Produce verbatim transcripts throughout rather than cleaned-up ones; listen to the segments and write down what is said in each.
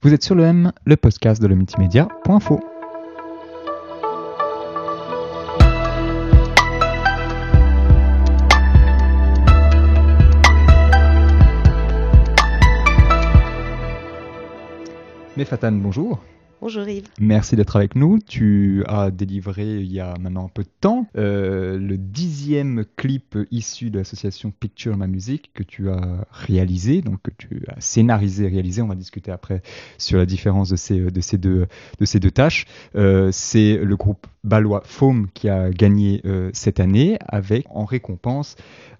Vous êtes sur le M, le podcast de le multimédia.info. Mais Fatane, bonjour. Bonjour Yves. Merci d'être avec nous. Tu as délivré il y a maintenant un peu de temps euh, le dixième clip issu de l'association Picture My Music que tu as réalisé, donc que tu as scénarisé et réalisé. On va discuter après sur la différence de ces, de ces, deux, de ces deux tâches. Euh, c'est le groupe balois Foam qui a gagné euh, cette année avec en récompense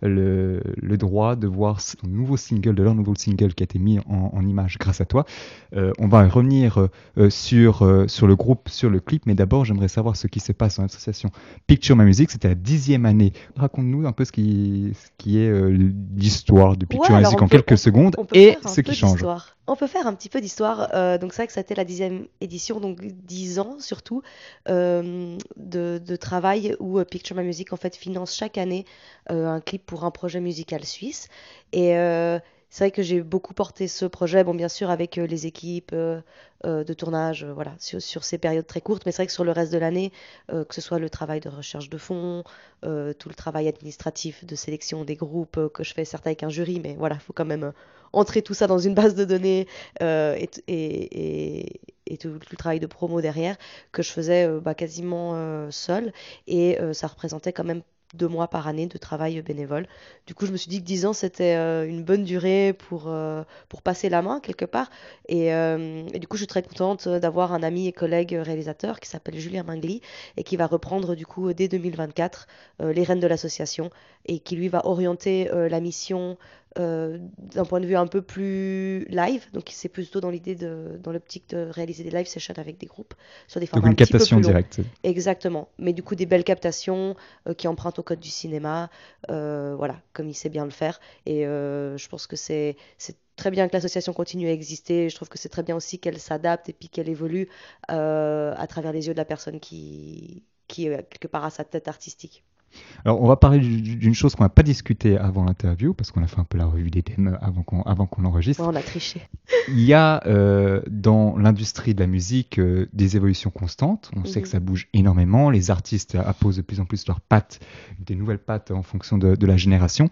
le, le droit de voir son nouveau single, de leur nouveau single qui a été mis en, en image grâce à toi. Euh, on va revenir euh, sur Sur, euh, sur le groupe, sur le clip, mais d'abord j'aimerais savoir ce qui se passe dans l'association Picture My Music. C'était la dixième année. Raconte-nous un peu ce qui, ce qui est euh, l'histoire de Picture Ouais, My alors Music on en peut- quelques on- secondes on peut et faire un ce peu qui change. d'histoire. On peut faire un petit peu d'histoire. Euh, donc c'est vrai que ça a été la dixième édition, donc dix ans surtout, euh, de, de travail où euh, Picture My Music en fait finance chaque année euh, un clip pour un projet musical suisse. Et euh, c'est vrai que j'ai beaucoup porté ce projet, bon bien sûr avec euh, les équipes euh, euh, de tournage, euh, voilà, sur, sur ces périodes très courtes, mais c'est vrai que sur le reste de l'année, euh, que ce soit le travail de recherche de fonds, euh, tout le travail administratif de sélection des groupes euh, que je fais, certes avec un jury, mais voilà, il faut quand même euh, entrer tout ça dans une base de données euh, et, t- et, et- et tout, tout le travail de promo derrière que je faisais euh, bah, quasiment euh, seule et euh, ça représentait quand même deux mois par année de travail bénévole. Du coup, je me suis dit que dix ans, c'était euh, une bonne durée pour, euh, pour passer la main quelque part. Et, euh, et du coup, je suis très contente d'avoir un ami et collègue réalisateur qui s'appelle Julien Mingli et qui va reprendre du coup dès deux mille vingt-quatre euh, les rênes de l'association et qui lui va orienter euh, la mission euh, d'un point de vue un peu plus live. Donc c'est plutôt dans l'idée de, dans l'optique de réaliser des live sessions avec des groupes sur des Donc formats un une petit peu captation plus longs. directe. Exactement. Mais du coup des belles captations euh, qui empruntent au code du cinéma, euh, voilà, comme il sait bien le faire. Et euh, je pense que c'est c'est très bien que l'association continue à exister. Je trouve que c'est très bien aussi qu'elle s'adapte et puis qu'elle évolue euh, à travers les yeux de la personne qui qui est quelque part à sa tête artistique. Alors on va parler du- d'une chose qu'on n'a pas discutée avant l'interview parce qu'on a fait un peu la revue des thèmes avant qu'on, avant qu'on l'enregistre. Ouais, on a triché. Il y a euh, dans l'industrie de la musique euh, des évolutions constantes. On sait Mhm. que ça bouge énormément. Les artistes apposent de plus en plus leurs pattes, des nouvelles pattes en fonction de, de la génération.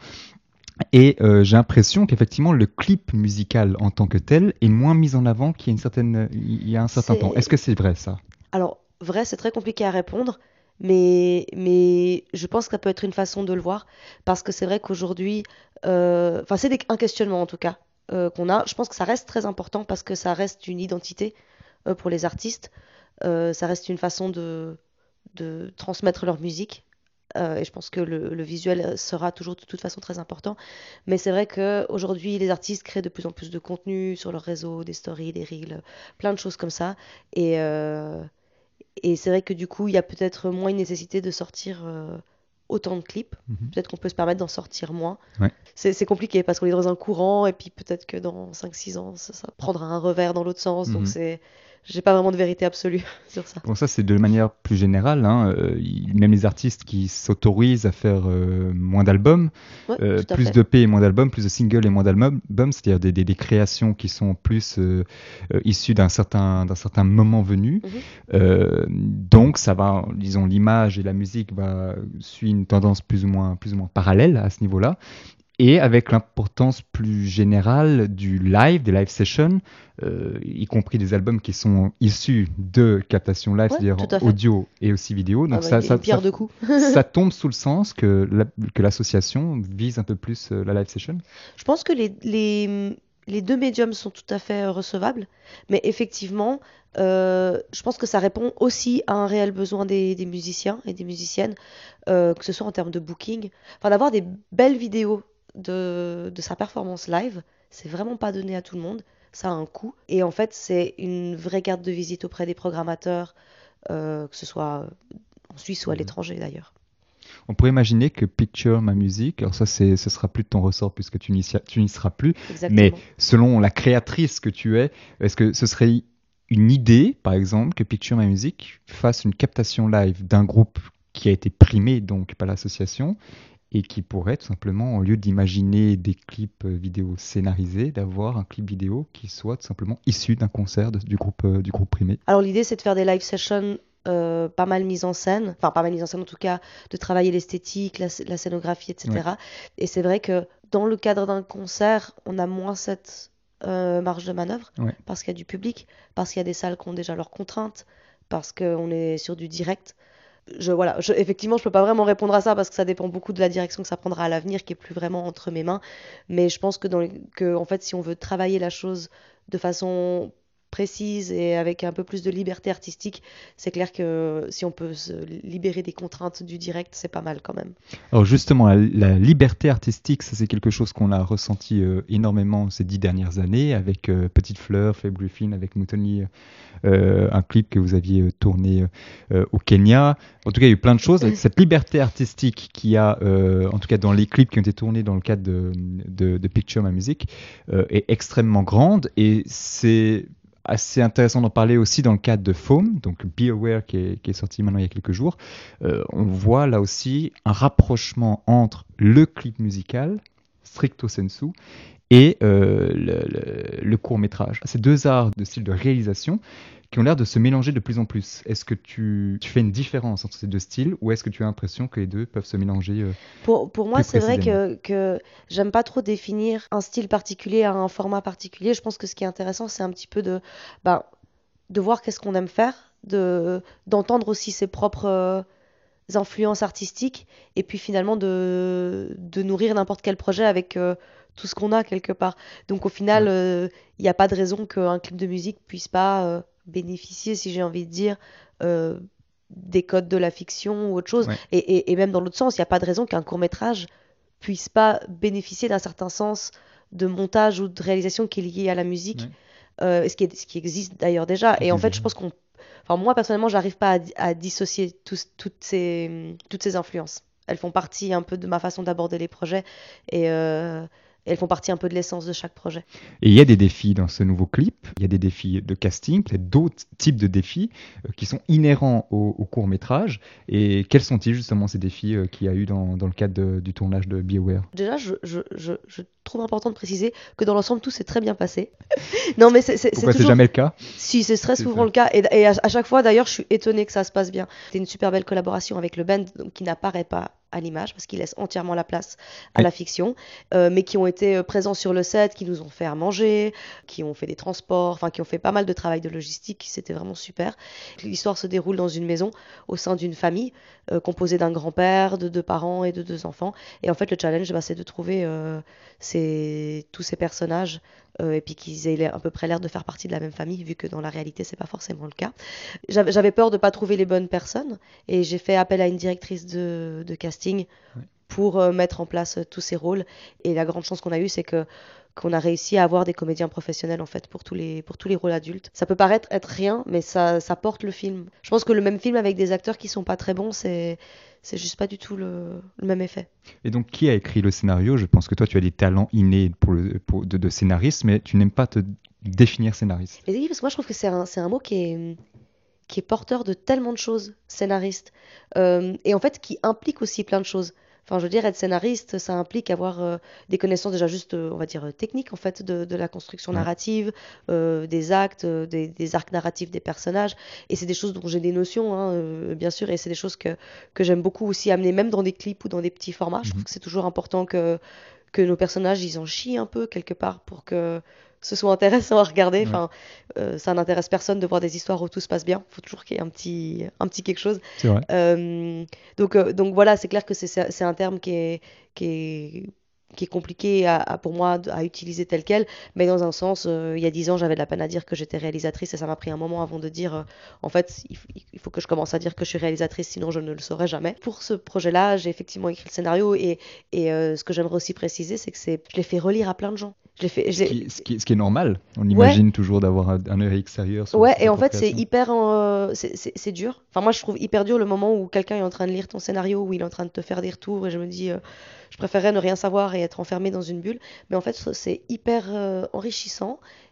Et euh, j'ai l'impression qu'effectivement le clip musical en tant que tel est moins mis en avant qu'il y a, une certaine, il y a un certain temps. C'est Est-ce que c'est vrai ça? Alors, vrai, c'est très compliqué à répondre, mais, mais je pense que ça peut être une façon de le voir, parce que c'est vrai qu'aujourd'hui, euh, enfin, c'est des- un questionnement en tout cas euh, qu'on a. Je pense que ça reste très important parce que ça reste une identité euh, pour les artistes. Euh, ça reste une façon de, de transmettre leur musique. Euh, et je pense que le, le visuel sera toujours de toute façon très important. Mais c'est vrai qu'aujourd'hui, les artistes créent de plus en plus de contenu sur leur réseau, des stories, des reels, plein de choses comme ça. Et, euh, et c'est vrai que du coup, il y a peut-être moins une nécessité de sortir euh, autant de clips. Mhm. Peut-être qu'on peut se permettre d'en sortir moins. Ouais. C'est c'est compliqué parce qu'on est dans un courant et puis peut-être que dans cinq six ans, ça, ça prendra un revers dans l'autre sens. Donc Mhm. c'est, j'ai pas vraiment de vérité absolue sur ça. Bon, ça, c'est de manière plus générale, hein. Euh, il- même les artistes qui s'autorisent à faire euh, moins d'albums, Ouais, euh, tout à plus fait. d'E P et moins d'albums, plus de singles et moins d'albums, c'est-à-dire des, des- des créations qui sont plus euh, euh, issues d'un certain, d'un certain moment venu. Mhm. Euh, donc, ça va, disons, l'image et la musique va suivre une tendance plus ou moins, plus ou moins parallèle à ce niveau-là. Et avec l'importance plus générale du live, des live sessions, euh, y compris des albums qui sont issus de captation live, Ouais, c'est-à-dire tout à fait. audio et aussi vidéo. Ah Donc bah, ça, une, ça, une pierre ça, deux coups. ça tombe sous le sens que, la- que l'association vise un peu plus euh, la live session. Je pense que les, les, les deux médiums sont tout à fait euh, recevables, mais effectivement, euh, je pense que ça répond aussi à un réel besoin des, des musiciens et des musiciennes, euh, que ce soit en termes de booking, enfin d'avoir des belles vidéos de, de sa performance live, c'est vraiment pas donné à tout le monde, ça a un coût, et en fait c'est une vraie carte de visite auprès des programmateurs, euh, que ce soit en Suisse ou à Mhm. l'étranger d'ailleurs. On pourrait imaginer que Picture My Music, alors ça c'est, ce sera plus de ton ressort puisque tu n'y, si- tu n'y seras plus, mais Exactement. selon la créatrice que tu es, est-ce que ce serait une idée, par exemple, que Picture My Music fasse une captation live d'un groupe qui a été primé donc par l'association et qui pourrait tout simplement, au lieu d'imaginer des clips euh, vidéo scénarisés, d'avoir un clip vidéo qui soit tout simplement issu d'un concert de- du groupe, euh, du groupe Primé. Alors l'idée c'est de faire des live sessions euh, pas mal mises en scène, enfin pas mal mises en scène en tout cas, de travailler l'esthétique, la, la scénographie, Ouais. et cetera. Et c'est vrai que dans le cadre d'un concert, on a moins cette euh, marge de manœuvre Ouais. parce qu'il y a du public, parce qu'il y a des salles qui ont déjà leurs contraintes, parce qu'on est sur du direct. Je, voilà, je, effectivement, je peux pas vraiment répondre à ça parce que ça dépend beaucoup de la direction que ça prendra à l'avenir, qui est plus vraiment entre mes mains. Mais je pense que, dans les- que en fait, si on veut travailler la chose de façon précise et avec un peu plus de liberté artistique, c'est clair que si on peut se libérer des contraintes du direct, c'est pas mal quand même. Alors justement, la, la liberté artistique, ça c'est quelque chose qu'on a ressenti euh, énormément ces dix dernières années avec euh, Petite Fleur, Faye Griffin, avec Mutoni, euh, un clip que vous aviez euh, tourné euh, au Kenya. En tout cas, il y a eu plein de choses. Cette liberté artistique qu'il y a, euh, en tout cas dans les clips qui ont été tournés dans le cadre de, de, de Picture My Music, euh, est extrêmement grande et c'est assez intéressant d'en parler aussi dans le cadre de Foam, donc Be Aware qui est, qui est sorti maintenant il y a quelques jours. Euh, on voit là aussi un rapprochement entre le clip musical, stricto sensu, et euh, le, le, le court-métrage. Ces deux arts de style de réalisation qui ont l'air de se mélanger de plus en plus. Est-ce que tu, tu fais une différence entre ces deux styles ou est-ce que tu as l'impression que les deux peuvent se mélanger euh, Pour, pour moi, plus c'est vrai précisément? que, que j'aime pas trop définir un style particulier à un format particulier. Je pense que ce qui est intéressant, c'est un petit peu de, ben, de voir qu'est-ce qu'on aime faire, de, d'entendre aussi ses propres euh, influences artistiques, et puis finalement de, de nourrir n'importe quel projet avec euh, tout ce qu'on a quelque part. Donc au final, Ouais. euh, il n'y a pas de raison qu'un clip de musique puisse pas euh, bénéficier, si j'ai envie de dire, euh, des codes de la fiction ou autre chose. Ouais. Et, et- et même dans l'autre sens, il n'y a pas de raison qu'un court métrage puisse pas bénéficier d'un certain sens de montage ou de réalisation qui est lié à la musique, Ouais. euh, ce qui est- ce qui existe d'ailleurs déjà. Qui Et en existe fait, je déjà. pense qu'on, enfin moi personnellement, j'arrive pas à, di- à dissocier tous- toutes ces, toutes ces influences. Elles font partie un peu de ma façon d'aborder les projets et, euh, et elles font partie un peu de l'essence de chaque projet. Et il y a des défis dans ce nouveau clip, il y a des défis de casting, il y a d'autres types de défis euh, qui sont inhérents au, au court métrage. Et quels sont-ils justement ces défis euh, qu'il y a eu dans, dans le cadre de- du tournage de Be Aware? Déjà, je, je, je, je trouve important de préciser que dans l'ensemble, tout s'est très bien passé. Non, mais c'est c'est- c'est Pourquoi c'est toujours. jamais le cas? Si, c'est très C'est souvent ça. le cas. Et, et à, à chaque fois, d'ailleurs, je suis étonnée que ça se passe bien. C'était une super belle collaboration avec le band, donc, qui n'apparaît pas à l'image parce qu'il laisse entièrement la place à Oui. la fiction, euh, mais qui ont été euh, présents sur le set, qui nous ont fait à manger, qui ont fait des transports, enfin qui ont fait pas mal de travail de logistique. C'était vraiment super. L'histoire se déroule dans une maison au sein d'une famille euh, composée d'un grand-père, de deux parents et de deux enfants. Et en fait, le challenge, bah, c'est de trouver euh, ces- tous ces personnages euh, et puis qu'ils aient l'air- à peu près l'air de faire partie de la même famille, vu que dans la réalité, c'est pas forcément le cas. J'avais j'avais peur de pas trouver les bonnes personnes et j'ai fait appel à une directrice de, de casting Ouais. pour euh, mettre en place euh, tous ces rôles. Et la grande chance qu'on a eue, c'est que qu'on a réussi à avoir des comédiens professionnels en fait pour tous les pour tous les rôles adultes. Ça peut paraître être rien, mais ça ça porte le film. Je pense que le même film avec des acteurs qui sont pas très bons, c'est c'est juste pas du tout le, le même effet. Et donc, qui a écrit le scénario? Je pense que toi, tu as des talents innés pour le, pour, de, de scénariste, mais tu n'aimes pas te définir scénariste. Mais oui, parce que moi je trouve que c'est un, c'est un mot qui est, qui est porteur de tellement de choses, scénariste. Euh, et en fait, qui implique aussi plein de choses. Enfin, je veux dire, être scénariste, ça implique avoir euh, des connaissances déjà juste, euh, on va dire, euh, techniques, en fait, de, de la construction Ouais. narrative, euh, des actes, euh, des, des arcs narratifs des personnages. Et c'est des choses dont j'ai des notions, hein, euh, bien sûr, et c'est des choses que, que j'aime beaucoup aussi amener, même dans des clips ou dans des petits formats. Je trouve Mhm. que c'est toujours important que, que nos personnages, ils en chient un peu, quelque part, pour que ce soit intéressant à regarder. Ouais. Enfin, euh, ça n'intéresse personne de voir des histoires où tout se passe bien. Il faut toujours qu'il y ait un petit, un petit quelque chose. C'est vrai. Euh, donc, euh, donc voilà, c'est clair que c'est c'est- c'est un terme qui est, qui est, qui est compliqué à, à- pour moi à utiliser tel quel, mais dans un sens, euh, il y a dix ans, j'avais de la peine à dire que j'étais réalisatrice et ça m'a pris un moment avant de dire, euh, en fait, il, f- il faut que je commence à dire que je suis réalisatrice, sinon je ne le saurais jamais. Pour ce projet-là, j'ai effectivement écrit le scénario et, et euh, ce que j'aimerais aussi préciser, c'est que c'est, je l'ai fait relire à plein de gens. Je l'ai fait, je Ce l'ai- qui, ce qui, ce qui est normal. On Ouais, imagine toujours d'avoir un, un œil extérieur sur, ouais, sur et sa en propre fait, c'est création. hyper, euh, c'est c'est- c'est dur. Enfin, moi, je trouve hyper dur le moment où quelqu'un est en train de lire ton scénario, où il est en train de te faire des retours, et je me dis, euh, je préférerais ne rien savoir et être enfermé dans une bulle. Mais en fait, c'est hyper euh, enrichissant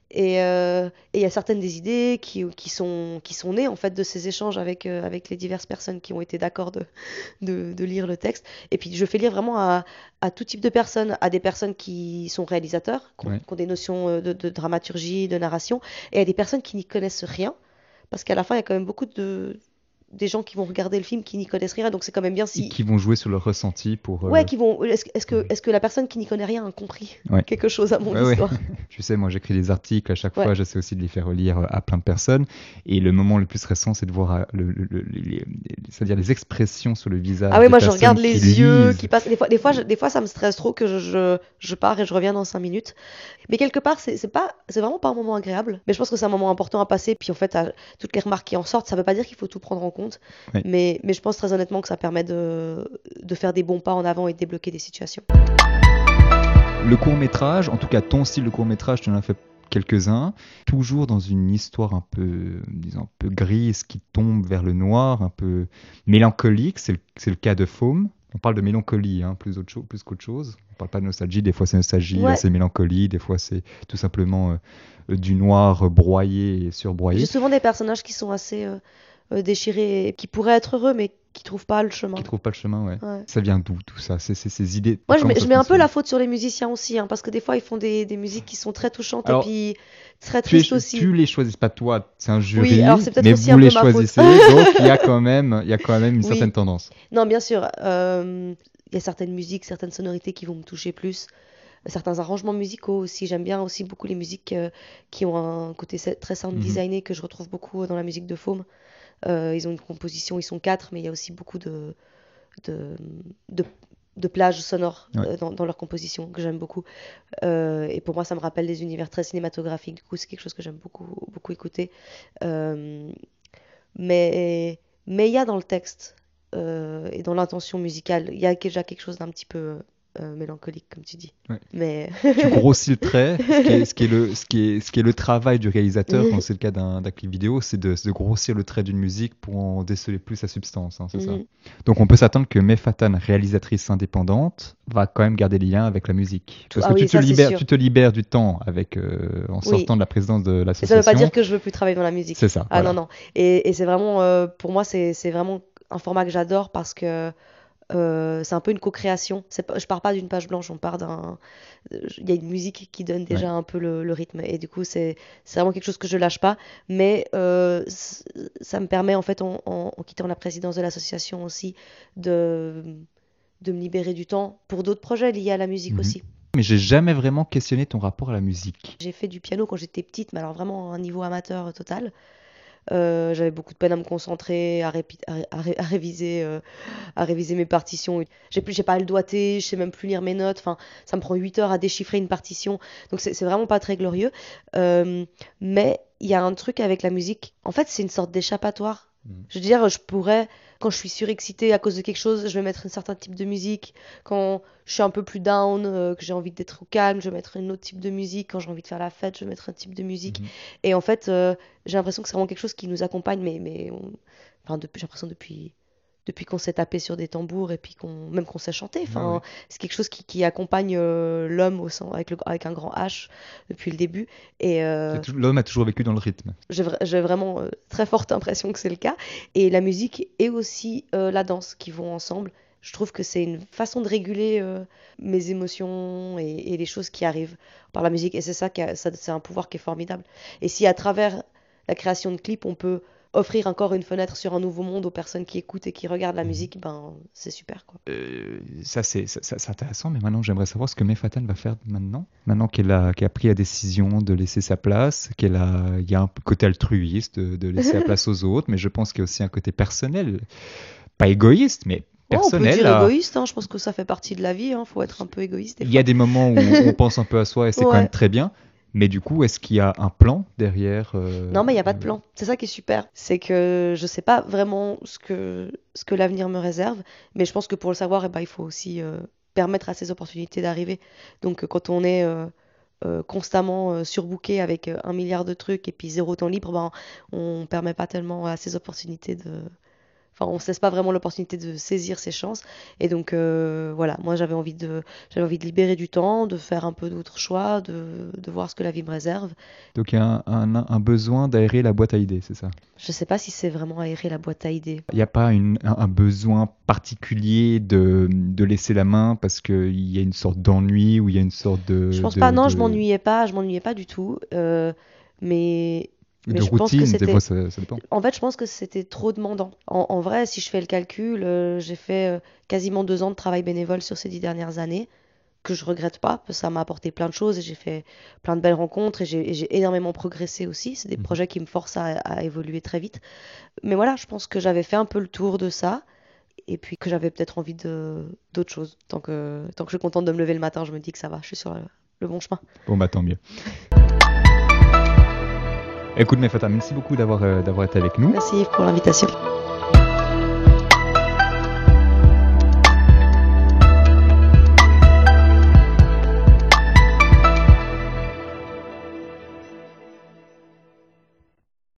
Et euh, et il y a certaines des idées qui, qui sont, qui sont nées en fait de ces échanges avec, euh, avec les diverses personnes qui ont été d'accord de, de, de lire le texte. Et puis je fais lire vraiment à, à tout type de personnes, à des personnes qui sont réalisateurs, qui ont, Ouais. qui ont des notions euh, de, de dramaturgie, de narration, et à des personnes qui n'y connaissent rien. Parce qu'à la fin, il y a quand même beaucoup de, des gens qui vont regarder le film qui n'y connaissent rien. Donc c'est quand même bien Et si... qui vont jouer sur leur ressenti pour. Ouais, euh, qui vont... Est-ce, est-ce que, est-ce que la personne qui n'y connaît rien a compris Ouais. quelque chose à mon Ouais, ouais. histoire? Tu sais, moi j'écris des articles à chaque Ouais. fois, j'essaie aussi de les faire relire à plein de personnes. Et le moment le plus récent, c'est de voir euh, le, le- le- les, les- c'est-à-dire les expressions sur le visage Ah oui, des moi je personnes regarde qui les yeux lisent. qui passent. Des fois, des fois, je- des fois ça me stresse trop que je, je, je pars et je reviens dans cinq minutes. Mais quelque part, c'est c'est pas, c'est vraiment pas un moment agréable. Mais je pense que c'est un moment important à passer. Puis en fait, à- toutes les remarques qui en sortent, ça veut pas dire qu'il faut tout prendre en compte. Ouais. Mais, mais je pense très honnêtement que ça permet de, de faire des bons pas en avant et de débloquer des situations. Le court-métrage, en tout cas ton style de court-métrage, tu en as fait quelques-uns, toujours dans une histoire un peu, disons, un peu grise qui tombe vers le noir, un peu mélancolique, c'est le, c'est le cas de Foam. On parle de mélancolie, hein, plus, autre cho- plus qu'autre chose. On parle pas de nostalgie, des fois c'est nostalgie, là Ouais, c'est mélancolie, des fois c'est tout simplement euh, euh, du noir euh, broyé et j'ai surbroyé, souvent des personnages qui sont assez euh, euh, déchirés, et qui pourraient être heureux, mais qui trouvent pas le qui chemin. trouvent pas le chemin, ouais. Ouais. Ça vient d'où tout ça? C'est c'est ces idées, Moi, je comment mets, ça je mets un peu fonctionne? la faute sur les musiciens aussi, hein, parce que des fois, ils font des, des musiques qui sont très touchantes et Alors, puis très tu, es, tristes aussi. tu les choisis pas toi, c'est un Oui, jury, alors c'est peut-être mais aussi vous un les peu ma faute. choisissez, donc il y a quand même, il y a quand même une Oui. certaine tendance. Non, bien sûr, euh, il y a certaines musiques, certaines sonorités qui vont me toucher plus. Certains arrangements musicaux aussi. J'aime bien aussi beaucoup les musiques euh, qui ont un côté sa- très sound Mhm. designé que je retrouve beaucoup dans la musique de Foam. Euh, ils ont une composition, ils sont quatre, mais il y a aussi beaucoup de, de, de, de plages sonores Ouais. euh, dans, dans leur composition que j'aime beaucoup. Euh, et pour moi, ça me rappelle des univers très cinématographiques. Du coup, c'est quelque chose que j'aime beaucoup, beaucoup écouter. Euh, mais mais il y a dans le texte euh, et dans l'intention musicale, il y a déjà quelque chose d'un petit peu euh, mélancolique, comme tu dis. Ouais. Mais Tu grossis le trait, ce qui est, ce qui est le, ce qui est, ce qui est le travail du réalisateur quand c'est le cas d'un d'un clip vidéo, c'est de, c'est de grossir le trait d'une musique pour en déceler plus sa substance, hein, c'est ça. Mhm. Donc on peut s'attendre que Mefatan, réalisatrice indépendante, va quand même garder les liens avec la musique. Tout- Parce ah que oui, tu, te ça, c'est libères, sûr. tu te libères du temps avec, euh, en Oui. sortant de la présidence de Et ça veut pas l'association. dire que je veux plus travailler dans la musique. C'est ça, Ah voilà. non, non. Et, et c'est vraiment, euh, pour moi, c'est c'est vraiment un format que j'adore parce que euh, c'est un peu une co-création. C'est pas- Je pars pas d'une page blanche, on part d'un. Il y a une musique qui donne déjà Ouais. un peu le, le rythme. Et du coup, c'est c'est vraiment quelque chose que je lâche pas. Mais euh, c- ça me permet, en fait, en, en- en quittant la présidence de l'association aussi, de, de me libérer du temps pour d'autres projets liés à la musique Mhm. aussi. Mais j'ai jamais vraiment questionné ton rapport à la musique. J'ai fait du piano quand j'étais petite, mais alors vraiment à un niveau amateur total. Euh, j'avais beaucoup de peine à me concentrer, à, répi- à, ré- à ré- à réviser, euh, à réviser mes partitions. J'ai plus, j'ai pas le doigté, je sais même plus lire mes notes. Enfin, ça me prend huit heures à déchiffrer une partition. Donc c'est c'est vraiment pas très glorieux. Euh, mais il y a un truc avec la musique. En fait, c'est une sorte d'échappatoire. Mhm. Je veux dire, je pourrais, quand je suis surexcitée à cause de quelque chose, je vais mettre un certain type de musique. Quand je suis un peu plus down, euh, que j'ai envie d'être au calme, je vais mettre un autre type de musique. Quand j'ai envie de faire la fête, je vais mettre un type de musique. Mhm. Et en fait, euh, j'ai l'impression que c'est vraiment quelque chose qui nous accompagne, mais, mais on- enfin, depuis, j'ai l'impression depuis, depuis qu'on s'est tapé sur des tambours et puis qu'on, même qu'on sait chanter. Ouais, Enfin, ouais. c'est quelque chose qui, qui accompagne euh, l'homme au sens, avec, le, avec un grand H depuis le début. Et euh, C'est tou- L'homme a toujours vécu dans le rythme. j'ai vra- j'ai vraiment euh, très forte impression que c'est le cas. Et la musique et aussi euh, la danse qui vont ensemble. Je trouve que c'est une façon de réguler euh, mes émotions et, et les choses qui arrivent par la musique. Et c'est ça, qui a- ça, c'est un pouvoir qui est formidable. Et si à travers la création de clips, on peut offrir encore une fenêtre sur un nouveau monde aux personnes qui écoutent et qui regardent la Mhm. musique, ben c'est super quoi. Euh, ça, c'est ça- ça- c'est intéressant, mais maintenant, j'aimerais savoir ce que Mefatan va faire maintenant. Maintenant qu'elle a, qu'elle a pris la décision de laisser sa place, qu'elle a, il y a un côté altruiste de, de laisser la place aux autres, mais je pense qu'il y a aussi un côté personnel, pas égoïste, mais Ouais, on peut personnel. dire à- égoïste, hein, je pense que ça fait partie de la vie, hein, faut être un peu égoïste des Il y a fois. des moments où on pense un peu à soi et c'est quand même Ouais. très bien, mais du coup, est-ce qu'il y a un plan derrière euh, Non, mais il n'y a pas de euh, plan. C'est ça qui est super. C'est que je sais pas vraiment ce que, ce que l'avenir me réserve, mais je pense que pour le savoir, eh ben, il faut aussi euh, permettre à ces opportunités d'arriver. Donc, euh, quand on est euh, euh, constamment euh, surbooké avec euh, un milliard de trucs et puis zéro temps libre, ben, on permet pas tellement à ces opportunités de, enfin, on ne se laisse pas vraiment l'opportunité de saisir ses chances. Et donc, euh, voilà, moi, j'avais envie de, j'avais envie de libérer du temps, de faire un peu d'autres choix, de, de voir ce que la vie me réserve. Donc il y a un, un- un besoin d'aérer la boîte à idées, c'est ça? Je ne sais pas si c'est vraiment aérer la boîte à idées. Il n'y a pas une- un, un besoin particulier de, de laisser la main parce qu'il y a une sorte d'ennui ou il y a une sorte de, Je pense pas, de, non, je de, m'ennuyais pas, je m'ennuyais pas du tout. euh, mais, mais de je pense que routine, des fois c'était, ça, ça dépend. en fait, je pense que c'était trop demandant. En, en vrai, si je fais le calcul, euh, j'ai fait euh, quasiment deux ans de travail bénévole sur ces dix dernières années, que je regrette pas, parce que ça m'a apporté plein de choses et j'ai fait plein de belles rencontres et j'ai et j'ai énormément progressé aussi. C'est des Mhm. projets qui me forcent à, à évoluer très vite. Mais voilà, je pense que j'avais fait un peu le tour de ça et puis que j'avais peut-être envie de d'autres choses. Tant que, tant que je suis contente de me lever le matin, je me dis que ça va, je suis sur le, le bon chemin. Bon bah tant mieux. Écoute Mefata, merci beaucoup d'avoir euh, d'avoir été avec nous. Merci Yves pour l'invitation.